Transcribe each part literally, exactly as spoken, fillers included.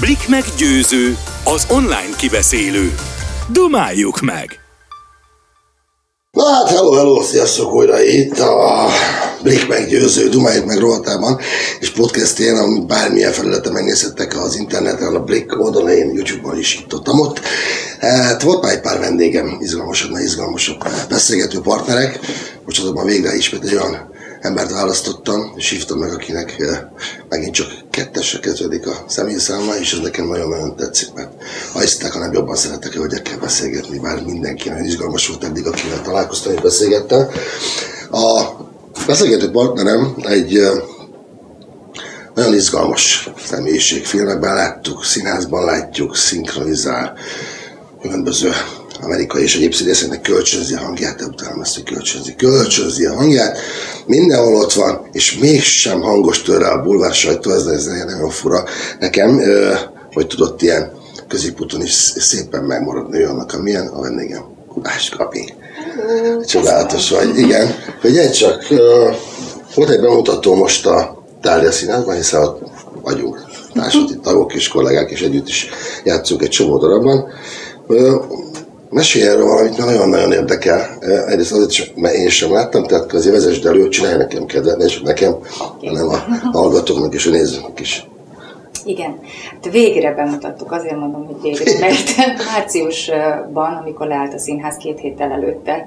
Blik meg Győző, az online kibeszélő. Dumáljuk meg! Na hát, hello, hello, sziasztok újra itt a Blik meg Győző, Dumáljuk meg rovatában és podcastjén, amit bármilyen felületen megnézhettek az interneten, a Blik oldalain, YouTube-on is itt ott, ott. Hát volt már egy pár vendégem, izgalmasabb, na izgalmasabb beszélgető partnerek. Most azonban végre ismét egy olyan embert választottam, és hívtam meg, akinek megint csak kettesre kezdődik a személyszáma, és ez nekem nagyon-nagyon tetszik, mert ha hisztek, hanem jobban szeretek hölgyekkel beszélgetni, bár mindenki nagyon izgalmas volt eddig, akivel találkoztam és beszélgettem. A beszélgető partnerem egy nagyon izgalmas személyiség, filmekben láttuk, színházban látjuk, szinkronizál, különböző amerikai és egyéb színészeknek kölcsönzi a hangját, de utána ezt, hogy kölcsönzi, kölcsönzi a hangját, mindenhol ott van, és mégsem hangos tőle a bulvár sajtó, ez, ez nagyon fura nekem, hogy tudott ilyen középúton is szépen megmaradni olyannak, amilyen a vendégem. Kudás Gabi. Csodálatos vagy, igen. Figyelj csak, volt egy bemutató most a Thália Színházban, hiszen ott vagyunk társadalmi tagok és kollégák, és együtt is játszunk egy csomó darabban. Mesélj erről valamit, mert nagyon-nagyon érdekel. Egyrészt azért is, mert én sem láttam, tehát azért vezesd elő, csinálj nekem kedvet, ne csak nekem, hanem a hallgatóknak és a nézőknek is. Igen, hát végre bemutattuk, azért mondom, hogy végre, mert márciusban, amikor leállt a színház két héttel előtte,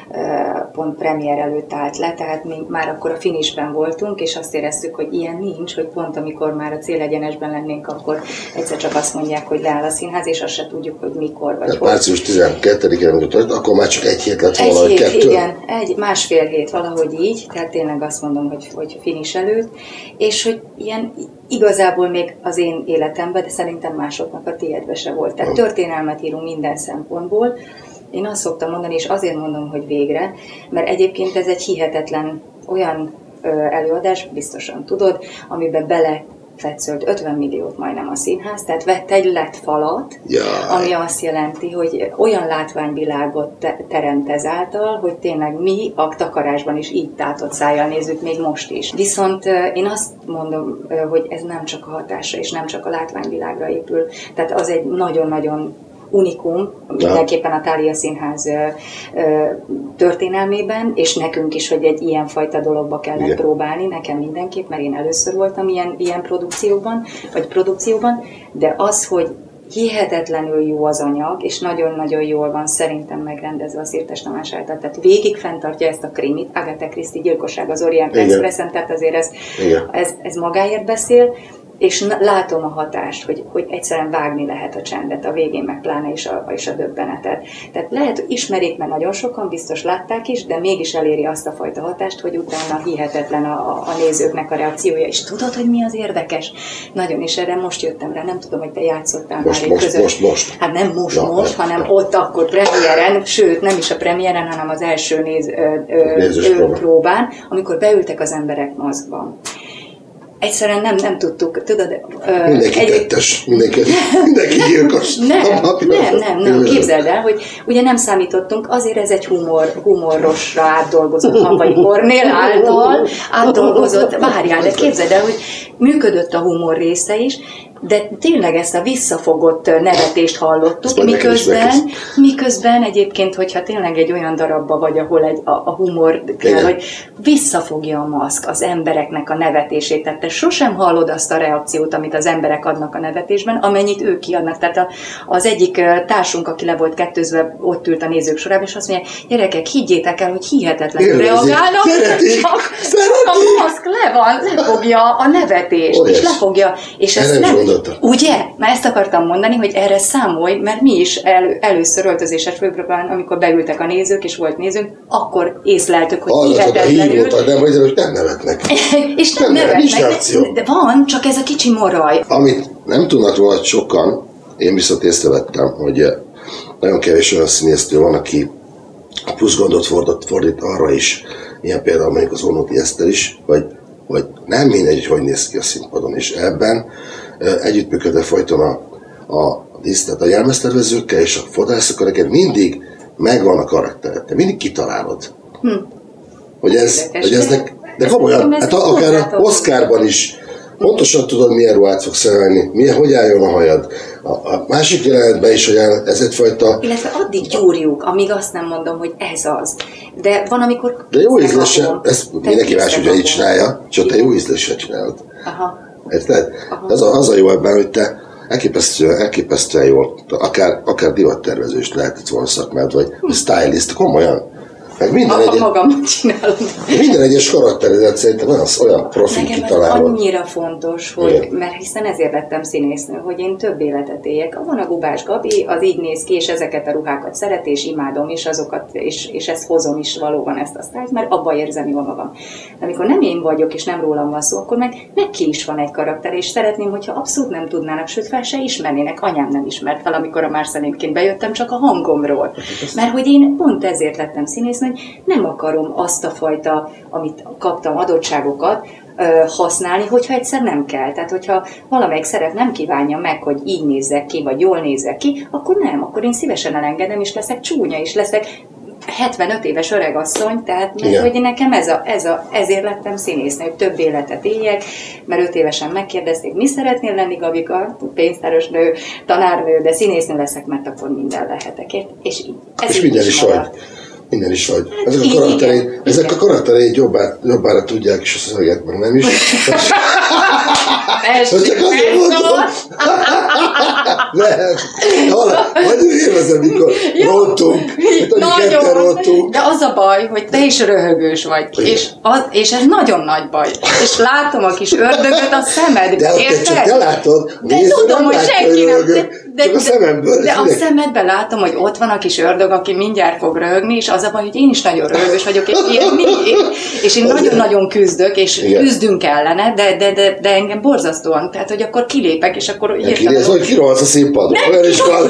pont premier előtt állt le, tehát mi már akkor a finishben voltunk, és azt éreztük, hogy ilyen nincs, hogy pont amikor már a célegyenesben lennénk, akkor egyszer csak azt mondják, hogy leáll a színház, és azt se tudjuk, hogy mikor vagy. Hát március tizenkettedikén, akkor már csak egy hét lett volna, egy vagy hét, kettő? Igen, egy másfél hét, valahogy így, tehát tényleg azt mondom, hogy, hogy finish előtt, és hogy ilyen igazából még az én életemben, de szerintem másoknak a tiédbe se volt. Tehát történelmet írunk minden szempontból. Én azt szoktam mondani, és azért mondom, hogy végre, mert egyébként ez egy hihetetlen olyan előadás, biztosan tudod, amiben bele fetszölt ötven milliót majdnem a színház, tehát vett egy lett falat, Jaj. ami azt jelenti, hogy olyan látványvilágot te- teremt ezáltal, hogy tényleg mi a takarásban is így tátott szájjal nézzük, még most is. Viszont én azt mondom, hogy ez nem csak a hatásra és nem csak a látványvilágra épül, tehát az egy nagyon-nagyon unikum, mindenképpen a Thália Színház ö, ö, történelmében, és nekünk is, hogy egy ilyenfajta dologba kellett Igen. próbálni, nekem mindenképp, mert én először voltam ilyen, ilyen produkcióban, vagy produkcióban, de az, hogy hihetetlenül jó az anyag, és nagyon-nagyon jól van szerintem megrendezve a Szirtes Tamás által. Tehát végig fenntartja ezt a krimit, Agatha Christie gyilkosság az Orient Expressen, tehát azért ez, ez, ez magáért beszél, és látom a hatást, hogy, hogy egyszerűen vágni lehet a csendet, a végén meg pláne is a, és a döbbenetet. Tehát lehet, hogy ismerik, mert nagyon sokan biztos látták is, de mégis eléri azt a fajta hatást, hogy utána hihetetlen a, a, a nézőknek a reakciója. És tudod, hogy mi az érdekes? Nagyon, és erre most jöttem rá, nem tudom, hogy te játszottál most, már most, között. most, most. Hát nem most, ja, most, ja, hanem ja. ott akkor premiéren, sőt, nem is a premiéren, hanem az első néz, ö, ö, ö, próbán, amikor beültek az emberek maszkban. Egyszerűen nem, nem tudtuk, tudod... Uh, mindenki egy... tettes, mindenki, mindenki gyilkos. nem, nem, nem, nem, képzeld el, hogy ugye nem számítottunk, azért ez egy humor, humorosra átdolgozott Hamvai Kornél által átdolgozott, várjál, de képzeld el, hogy működött a humor része is, de tényleg ezt a visszafogott nevetést hallottuk, miközben, miközben egyébként, hogyha tényleg egy olyan darabba vagy, ahol egy, a, a humor kell, hogy visszafogja a maszk az embereknek a nevetését, tehát te sosem hallod azt a reakciót, amit az emberek adnak a nevetésben, amennyit ők kiadnak. Tehát a, az egyik társunk, aki le volt kettőzve, ott ült a nézők sorában, és azt mondja, gyerekek, higgyétek el, hogy hihetetlenül reagálnak, szeretik, csak, szeretik. csak a maszk le van, lefogja a nevetést, Olyas. és lefogja, és ezt nem... Ugye? Már ezt akartam mondani, hogy erre számolj, mert mi is elő, először öltözéses főpróbán, amikor beültek a nézők, és volt nézőnk, akkor észleltük, hogy hihetetlenül... Nem, hogy nem nevetnek. és nem, nem nevetnek, de van, csak ez a kicsi moraj. Amit nem tudnak róla sokan, én viszont észrevettem, hogy nagyon kevés olyan színésztő van, aki a plusz gondot fordít, fordít arra is, ilyen például mondjuk az Ónodi Eszter is, vagy, vagy nem mindegy, hogy hogy néz ki a színpadon, és ebben együttműködve folyton a, a díszlet a jelmeztervezőkkel és a fodrászokkal, neked mindig megvan a karaktered, te mindig kitalálod. Hm. Hogy ez, hogy ez nek, de komolyan, hát akár az Oscarban is Pontosan tudod, milyen ruhát fogsz elvenni, milyen, hogy álljon a hajad. A, a másik jelenetben is, hogy ez egyfajta... Illetve addig gyúrjuk, amíg azt nem mondom, hogy ez az. De van, amikor... De jó ízléssel, ezt mindenki más ugye így csinálja, csak te jó ízléssel csinálod. Aha. Érted? Az a, az a jó ebben, hogy te elképesztően, elképesztően jól, akár, akár divattervező is lehetett volna szakmád, vagy hm. stylist, komolyan. Meg minden a, egyes, magamot csinálom. Minden egyes karakteredet szerintem olyan, olyan profil kitalálod. Nekem annyira fontos, hogy, igen. Mert hiszen ezért lettem színésznő, hogy én több életet éljek. Van a Gubás Gabi, az így néz ki, és ezeket a ruhákat szeret, és imádom is azokat, és, és ezt hozom is valóban ezt a sztájt, mert abba érzem jól magam. De amikor nem én vagyok, és nem rólam van szó, akkor meg neki is van egy karakter, és szeretném, hogyha abszolút nem tudnának, sőt fel se ismernének. Anyám nem ismert fel, amikor a Márszalintként bejöttem, csak a hangomról. Mert hogy én pont ezért lettem színésznő, hogy nem akarom azt a fajta, amit kaptam, adottságokat ö, használni, hogyha egyszer nem kell. Tehát, hogyha valamelyik szeret nem kívánja meg, hogy így nézzek ki, vagy jól nézzek ki, akkor nem, akkor én szívesen elengedem, és leszek csúnya, és leszek hetvenöt éves öregasszony, tehát mert, hogy nekem ez a, ez a, ezért lettem színésznő, hogy több életet éljek, mert öt évesen megkérdezték, mi szeretnél lenni, Gabika, pénztáros nő, tanárnő, de színésznő leszek, mert akkor minden lehetek. És, így, ez és minden is vagy. Minden is vagy. Ezek a karaktereid, ezek a karaktereid jobbá, jobbára tudják is a szöveget, meg nem is. Csak azért mondom. Nem. Majd élvezem, mikor rontunk. Nagyon. De az a baj, hogy te is röhögős vagy. És, az, és ez nagyon nagy baj. És látom a kis ördögöt a szemedben. De te csak te látod. De tudom, hogy senki nem. De, csak a szememből. De a szemedben látom, hogy ott van a kis ördög, aki mindjárt fog röhögni, és az a baj, hogy én is nagyon röhögős vagyok, és én, és én nagyon-nagyon küzdök, és igen. küzdünk ellene, de, de, de, de engem borzasztóan. Tehát, hogy akkor kilépek, és akkor... Ez, hogy kirohansz a színpadon. Olyan is van.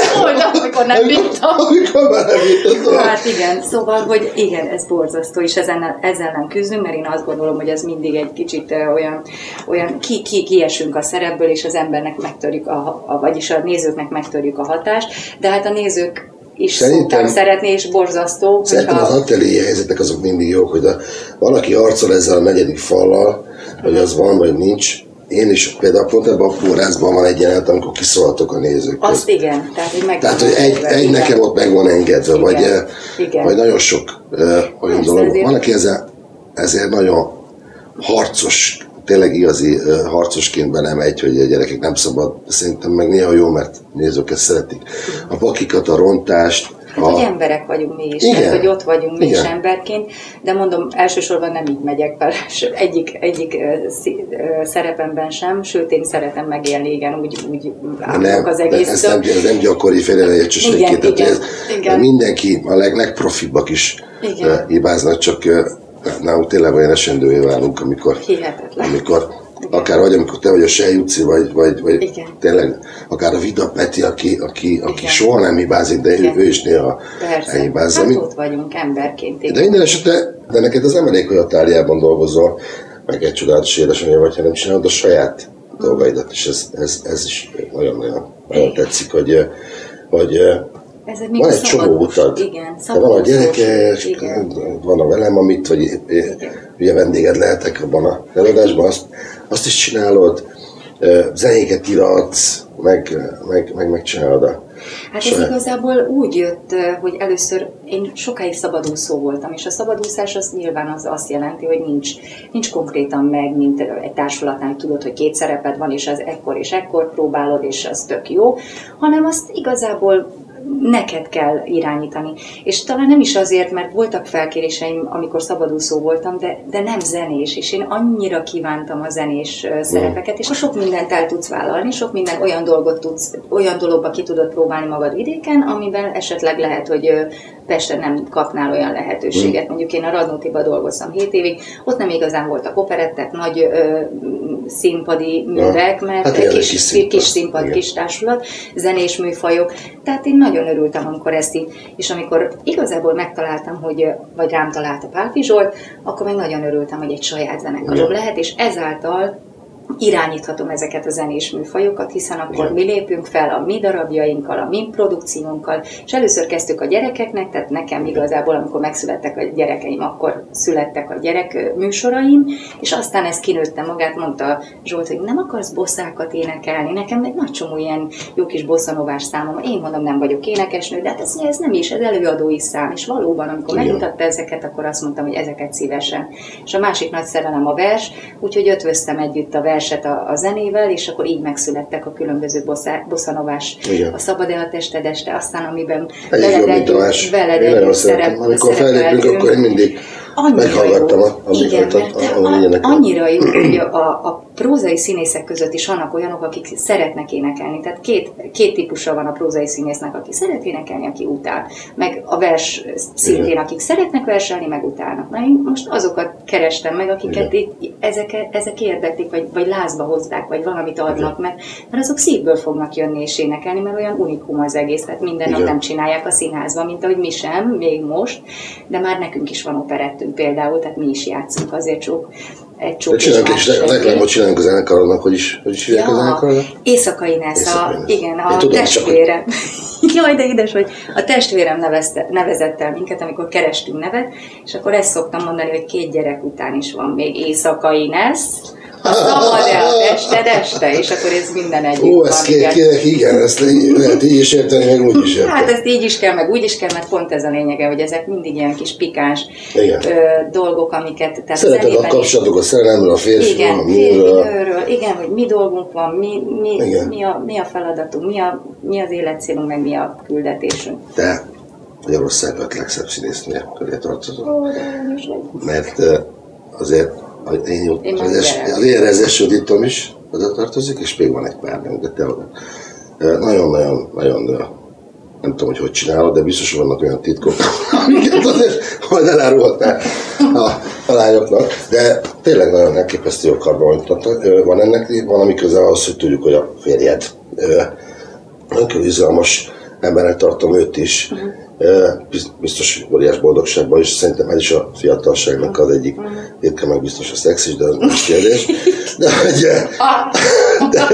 Amikor nem bírtam. Amikor már nem bírtam. Hát igen, szóval, hogy igen, ez borzasztó, és ezzel, ezzel nem küzdünk, mert én azt gondolom, hogy az mindig egy kicsit olyan, olyan ki, ki, kiesünk a szerepből, és az embernek megtörjük, a, a, vagyis a nézőknek megtörjük a hatást, de hát a nézők is szokták szeretni, és borzasztó. Szerintem hogyha... az atelier helyzetek azok mindig jók, hogy a, valaki arcol ezzel a negyedik fallal, hogy az van, vagy nincs. Én is például pont ebben a kórházban van egy jelenet, amikor kiszóltok a nézők. Azt igen. Tehát, hogy, meg tehát, hogy egy, egy nekem ott meg van engedve, vagy, vagy nagyon sok uh, olyan dolog. Van, aki ezzel, ezért nagyon harcos, tényleg igazi uh, harcosként belemegy, hogy a gyerekek nem szabad. Szerintem meg néha jó, mert nézők ezt szeretik. A pakikat, a rontást. Hát, a... hogy emberek vagyunk mi is, tehát, hogy ott vagyunk mi igen. is emberként, de mondom, elsősorban nem így megyek fel, egyik, egyik uh, szerepemben sem, sőt, én szeretem megélni, igen, úgy, úgy állok az egész. Ez nem, ez nem gyakori félrejegyességként, tehát ez, igen. mindenki, a leg, legprofibbak is uh, hibáznak, csak uh, nálunk tényleg olyan esendővé válunk, amikor, amikor akár vagy amikor te vagy a Sejjuci, vagy, vagy, vagy tényleg akár a Vida Peti, aki, aki, aki soha nem hibázik, de ő, ő is néha elhibázza. Hát ott vagyunk emberként. De minden esetre, de neked az nem elég, hogy a Táliában dolgozol, meg egy csodálatos édesanyja vagy, ha nem csinálod a saját dolgaidat, és ez, ez, ez is nagyon-nagyon nagyon tetszik, hogy, hogy van egy csomó utad, igen, de van a gyerekek, van a velem, amit, vagy ugye vendéged lehetek abban a előadásban, azt, azt is csinálod, zenéket iratsz, meg, meg, meg megcsinálod a Hát ez saját. Igazából úgy jött, hogy először én sokáig szabadúszó voltam, és a szabadúszás az nyilván az azt jelenti, hogy nincs, nincs konkrétan meg, mint egy társulatnál, hogy tudod, hogy két szereped van, és az ekkor és ekkor próbálod, és az tök jó, hanem azt igazából neked kell irányítani. És talán nem is azért, mert voltak felkéréseim, amikor szabadúszó voltam, de, de nem zenés, és én annyira kívántam a zenés szerepeket, és sok mindent el tudsz vállalni, sok minden olyan dolgot tudsz, olyan dologba ki tudod próbálni magad vidéken, amiben esetleg lehet, hogy Pesten nem kapnál olyan lehetőséget. Mondjuk én a Radnótiba dolgoztam hét évig, ott nem igazán voltak operettek, nagy ö, színpadi művek, mert hát kis, kis, színpad, kis színpad, igen. kis társulat, zenés műfajok. Tehát én nagyon örültem, amikor ezt így, és amikor igazából megtaláltam, hogy, vagy rám talált a Pálfi Zsolt, akkor meg nagyon örültem, hogy egy saját zenekarom lehet, és ezáltal irányíthatom ezeket a zenés műfajokat, hiszen akkor mi lépünk fel a mi darabjainkkal, a mi produkciónkkal, és először kezdtük a gyerekeknek, tehát nekem igazából, amikor megszülettek a gyerekeim, akkor születtek a gyerek műsoraim, és aztán ez kinőtte magát, mondta Zsolt, hogy nem akarsz bosszákat énekelni, nekem egy nagy csomó ilyen jó kis bosszanovás számom, én mondom, nem vagyok énekesnő, de hát ez, ez nem is, ez előadói szám, és valóban, amikor megmutatta ezeket, akkor azt mondtam, hogy ezeket szívesen. És a másik nagy szerelem a vers, úgyhogy ötvöztem együtt a verset a, a zenével, és akkor így megszülettek a különböző bosszanovás, a Szabad-e a tested este, aztán amiben veled együtt, veled együtt szerep, amikor fellépünk, akkor én mindig annyira meghallgattam jó. a, a Igen, mert a, annyira jó, hogy a, a prózai színészek között is vannak olyanok, akik szeretnek énekelni. Tehát két, két típusa van a prózai színésznek, aki szeret énekelni, aki utál. Meg a vers szintén, igen, akik szeretnek verselni, meg utálnak. Na én most azokat kerestem meg, akiket itt, ezek, ezek érdeklik, vagy, vagy lázba hozzák, vagy valamit adnak, mert, mert azok szívből fognak jönni és énekelni, mert olyan unikum az egész, tehát minden nap nem csinálják a színházban, mint ahogy mi sem, még most, de már nekünk is van operettünk például, tehát mi is játszunk azért csak egy csók. Csinálunk és a reklámot csinálunk a zenekarodnak, hogy is, hogy is hívják ja, a zenekarodnak? Éjszakai Nesz, igen, a tudom, testvérem. Jaj, de édes, hogy a testvérem nevezte, nevezett el minket, amikor kerestünk nevet, és akkor ezt szoktam mondani, hogy két gyerek után is van még Éjszakai Nesz, a Szabad-e a tested este, és akkor ez minden együtt. Ó, ezt két kérek, igen, ezt lehet így is érteni, meg úgy is érteni. Hát ezt így is kell, meg úgy is kell, mert pont ez a lényege, hogy ezek mindig ilyen kis pikáns ö, dolgok, amiket... Szereted a kapcsolatok, a szerelemről, a férfiról, a nőről. Igen, hogy mi dolgunk van, mi, mi, mi, a, mi a feladatunk, mi, a, mi az életcélunk, meg mi a küldetésünk. Te Magyarország öt legszebb színésznő köré tartozol. Ó, de is vagy. Mert azért én jó, én az, az én rezes Juditom is oda tartozik, és még van egy pár, de te nagyon-nagyon, nagyon, nem tudom, hogy hogy csinálod, de biztos, hogy vannak olyan titkok, amiket azért majd elárulhatnál a, a lányoknak. De tényleg nagyon elképesztő jó karban van ennek, valami közel ahhoz, hogy tudjuk, hogy a férjed nagyon izgalmas embernek tartom őt is. Uh-huh. Biztos óriás boldogságban, és szerintem ez is a fiatalságnak az egyik érke, meg biztos a szex is, de az más kérdés. De, de, de,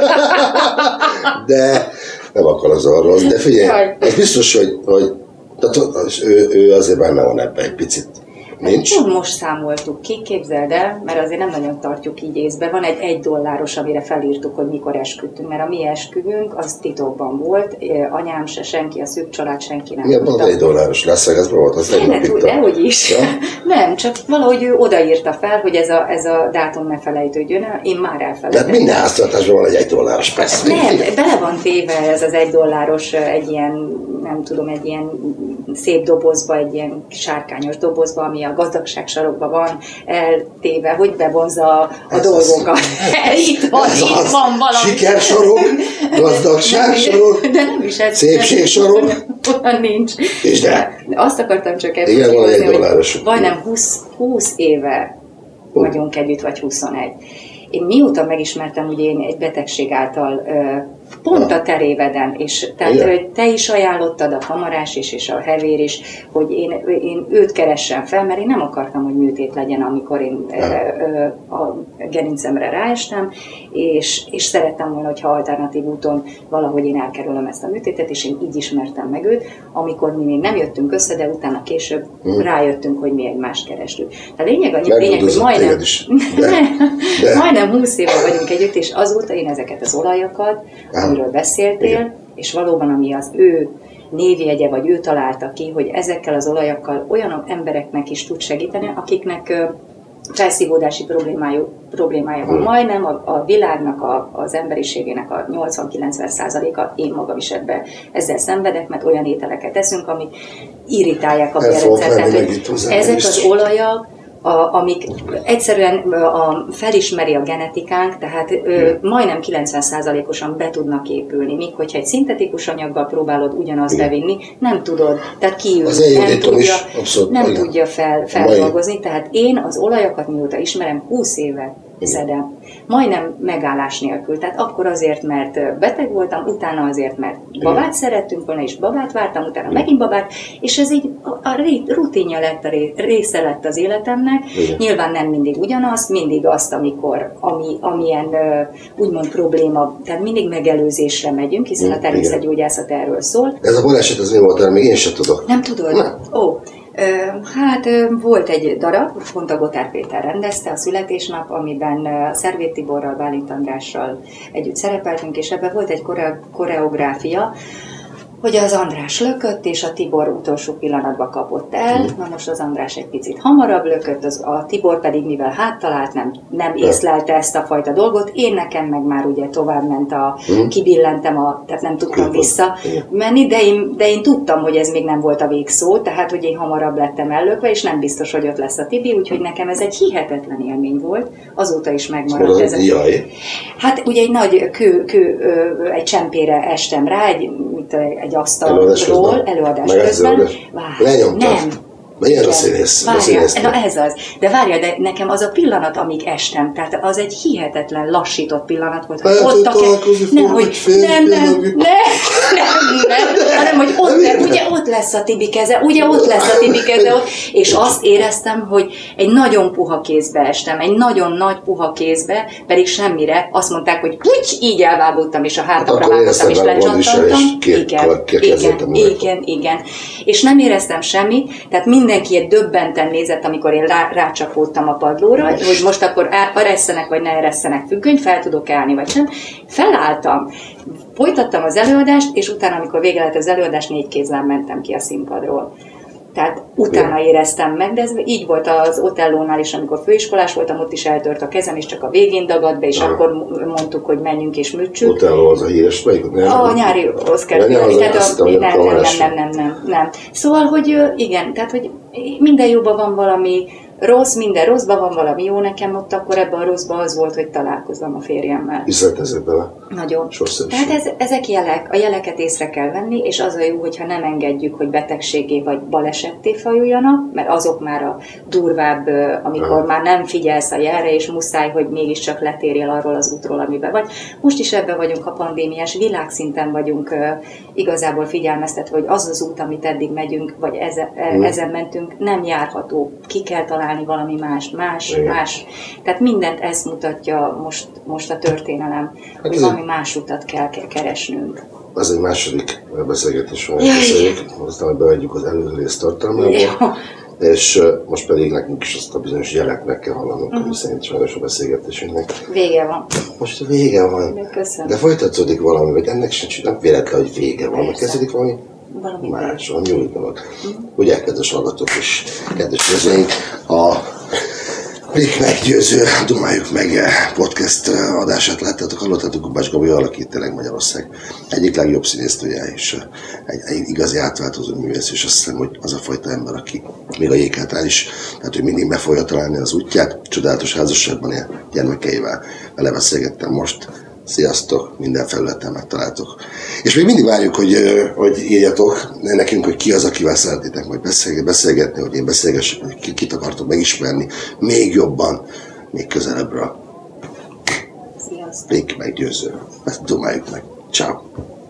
de nem akar az arról. De figyelj, ez biztos, hogy, hogy tehát ő, ő azért benne van ebben egy picit. Nincs. Pont most számoltuk ki, képzeld el, mert azért nem nagyon tartjuk így észbe. Van egy egy dolláros, amire felírtuk, hogy mikor esküdtünk, mert a mi esküvünk az titokban volt, anyám se, senki, a szűk család, senki nem. Igen, pont egy dolláros Las Vegasban volt, az egy napig. Dehogy is. Ja? Nem, csak valahogy ő odaírta fel, hogy ez a, ez a dátum ne felejtődjön el, én már elfelejtettem. De minden háztartásban van egy egy dolláros, persze. Nem, bele van téve ez az egy dolláros, egy ilyen, nem tudom, egy ilyen szép dobozba, egy ilyen sárkányos dobozba, ami a gazdagság sarokban van eltéve, hogy bevonza a, a dolgokat. Itt van, ez itt az. van valami. Sikersorok, gazdagság sorok, de nem is ez. Szépség sorok. Olyan nincs. És de. de azt akartam csak ebben kihozni, hogy majdnem húsz, húsz éve uh. vagyunk együtt, vagy huszonegy. Én mióta megismertem, ugye én egy betegség által pont a teréveden, és tehát igen, te is ajánlottad, a kamarás is, és a hevér is, hogy én, én őt keressem fel, mert én nem akartam, hogy műtét legyen, amikor én ja. a gerincemre ráestem, és, és szerettem volna, hogyha alternatív úton valahogy én elkerülöm ezt a műtétet, és én így ismertem meg őt, amikor mi még nem jöttünk össze, de utána később hmm. rájöttünk, hogy mi egymást kerestük. Tehát lényeg annyi, lényeg, hogy majdnem, de, de. majdnem húsz éve vagyunk együtt, és azóta én ezeket az olajakat, amiről beszéltél, igen, és valóban ami az ő névjegye, vagy ő találta ki, hogy ezekkel az olajakkal olyan embereknek is tud segíteni, akiknek felszívódási problémája van. Majdnem a, a világnak, a, az emberiségének a nyolcvan-kilencven százaléka, én magam is ebbe ezzel szenvedek, mert olyan ételeket eszünk, amik irritálják a bérrendszert. Ezek az olajak, A, amik egyszerűen a, felismeri a genetikánk, tehát ö, majdnem kilencven százalékosan be tudnak épülni. Míg hogyha egy szintetikus anyaggal próbálod ugyanazt igen, bevinni, nem tudod, tehát kiül, nem tudja, nem tudja fel, feldolgozni. Tehát én az olajakat mióta ismerem, húsz éve szedem. Majdnem megállás nélkül. Tehát akkor azért, mert beteg voltam, utána azért, mert babát szerettünk volna, és babát vártam, utána megint babát, és ez így a, a rutinja lett, a része lett az életemnek. Igen. Nyilván nem mindig ugyanazt, mindig azt, amikor, ami, amilyen úgymond probléma, tehát mindig megelőzésre megyünk, hiszen igen, a természetgyógyászat erről szól. Ez a baleset, ez mi volt, még én sem tudok. Nem tudod? Nem. Ó. Hát volt egy darab, pont a Gotthárd Péter rendezte, a születésnap, amiben Szervét Tiborral, Bálint Andrással együtt szerepeltünk, és ebben volt egy koreográfia, hogy az András lökött, és a Tibor utolsó pillanatban kapott el. Na most az András egy picit hamarabb lökött, az, a Tibor pedig mivel háttalált, nem, nem észlelte ezt a fajta dolgot. Én nekem meg már ugye tovább ment a, kibillentem, a, tehát nem tudtam vissza menni, de én, de én tudtam, hogy ez még nem volt a végszó, tehát hogy én hamarabb lettem ellökve, és nem biztos, hogy ott lesz a Tibi, úgyhogy nekem ez egy hihetetlen élmény volt. Azóta is megmaradt ez. Hát ugye egy nagy kő, kő, egy csempére estem rá, egy, egy egy asztalról, előadás közben. Lenyomtad. Milyen a színész? Várjál, na ez az. De várjál, de nekem az a pillanat, amíg estem, tehát az egy hihetetlen lassított pillanat volt, hogy ott a nem, hogy nem, nem, nem, nem, nem, hanem, hogy ott, ugye ott lesz a Tibi keze, ugye ott lesz a Tibi keze, és azt éreztem, hogy egy nagyon puha kézbe estem, egy nagyon nagy puha kézbe, pedig semmire, azt mondták, hogy úgy így elvágódtam, és a hátamra vágottam, és lecsattantam. Igen, igen, igen, igen. És nem éreztem semmit, tehát minden mindenki egy döbbenten nézett, amikor én rá, rácsapódtam a padlóra, hogy most akkor eresszenek, vagy ne eresszenek függöny, fel tudok állni, vagy sem. Felálltam, folytattam az előadást, és utána, amikor vége lett az előadás, négy kézzel mentem ki a színpadról. Tehát utána éreztem meg, de ez így volt az Otellónál is, amikor főiskolás voltam, ott is eltört a kezem, és csak a végén dagadt be, és ah. akkor mondtuk, hogy menjünk és műtsük. Otelló az a híres, melyik? A nyári Oscar. Nem, nem, nem, nem, nem, nem, nem. Szóval, hogy igen, tehát, hogy minden jóban van valami rossz, minden rosszban van valami jó, nekem ott akkor ebben a rosszban az volt, hogy találkozom a férjemmel. Hiszed ezek bele? Nagyon. Tehát ez, ezek jelek, a jeleket észre kell venni, és az a jó, hogyha nem engedjük, hogy betegségé vagy balesetté fajuljanak, mert azok már a durvább, amikor ah. már nem figyelsz a jelre, és muszáj, hogy mégiscsak letérjél arról az útról, amiben vagy. Most is ebben vagyunk, a pandémiás világszinten vagyunk igazából figyelmeztetve, hogy az az út, amit eddig megyünk, vagy ezen, hmm. ezen mentünk, nem járható. Ki kell találni valami más, más, igen. más. Tehát mindent ezt mutatja most, most a történelem, hát hogy valami egy... más utat kell keresnünk. Ez egy második beszélgetés, hogy beszéljük, aztán beadjuk az előző rész tartalmából, és uh, most pedig nekünk is azt a bizonyos jelet meg kell hallanunk, uh-huh. ami szerint sajnos a beszélgetésünknek. Vége van. Most vége van. De köszönöm. De folytatódik valami, vagy ennek sem nem véletlen, hogy vége van, mert kezdődik valami valami más, valami új dolog. Uh-huh. Ugye, kedves hallgatók és kedves nézőink, a Blik meggyőző, Dumáljuk meg podcast adását láttátok, hallottátok, Gubás Gabi alakít tényleg Magyarország egyik legjobb színésztője, és egy, egy igazi átváltozó művész, és azt hiszem, hogy az a fajta ember, aki még a jéghátán is, tehát hogy mindig meg fogja találni az útját, csodálatos házasságban él gyermekeivel, vele beszélgettem most. Sziasztok, minden felületen megtaláltok. És még mindig várjuk, hogy, hogy írjatok nekünk, hogy ki az, akivel szeretnétek majd beszélgetni, hogy én beszélgessek, hogy kit akartok megismerni még jobban, még közelebbről. Sziasztok. Blik meggyőző. Ezt dumáljuk meg. Ciao.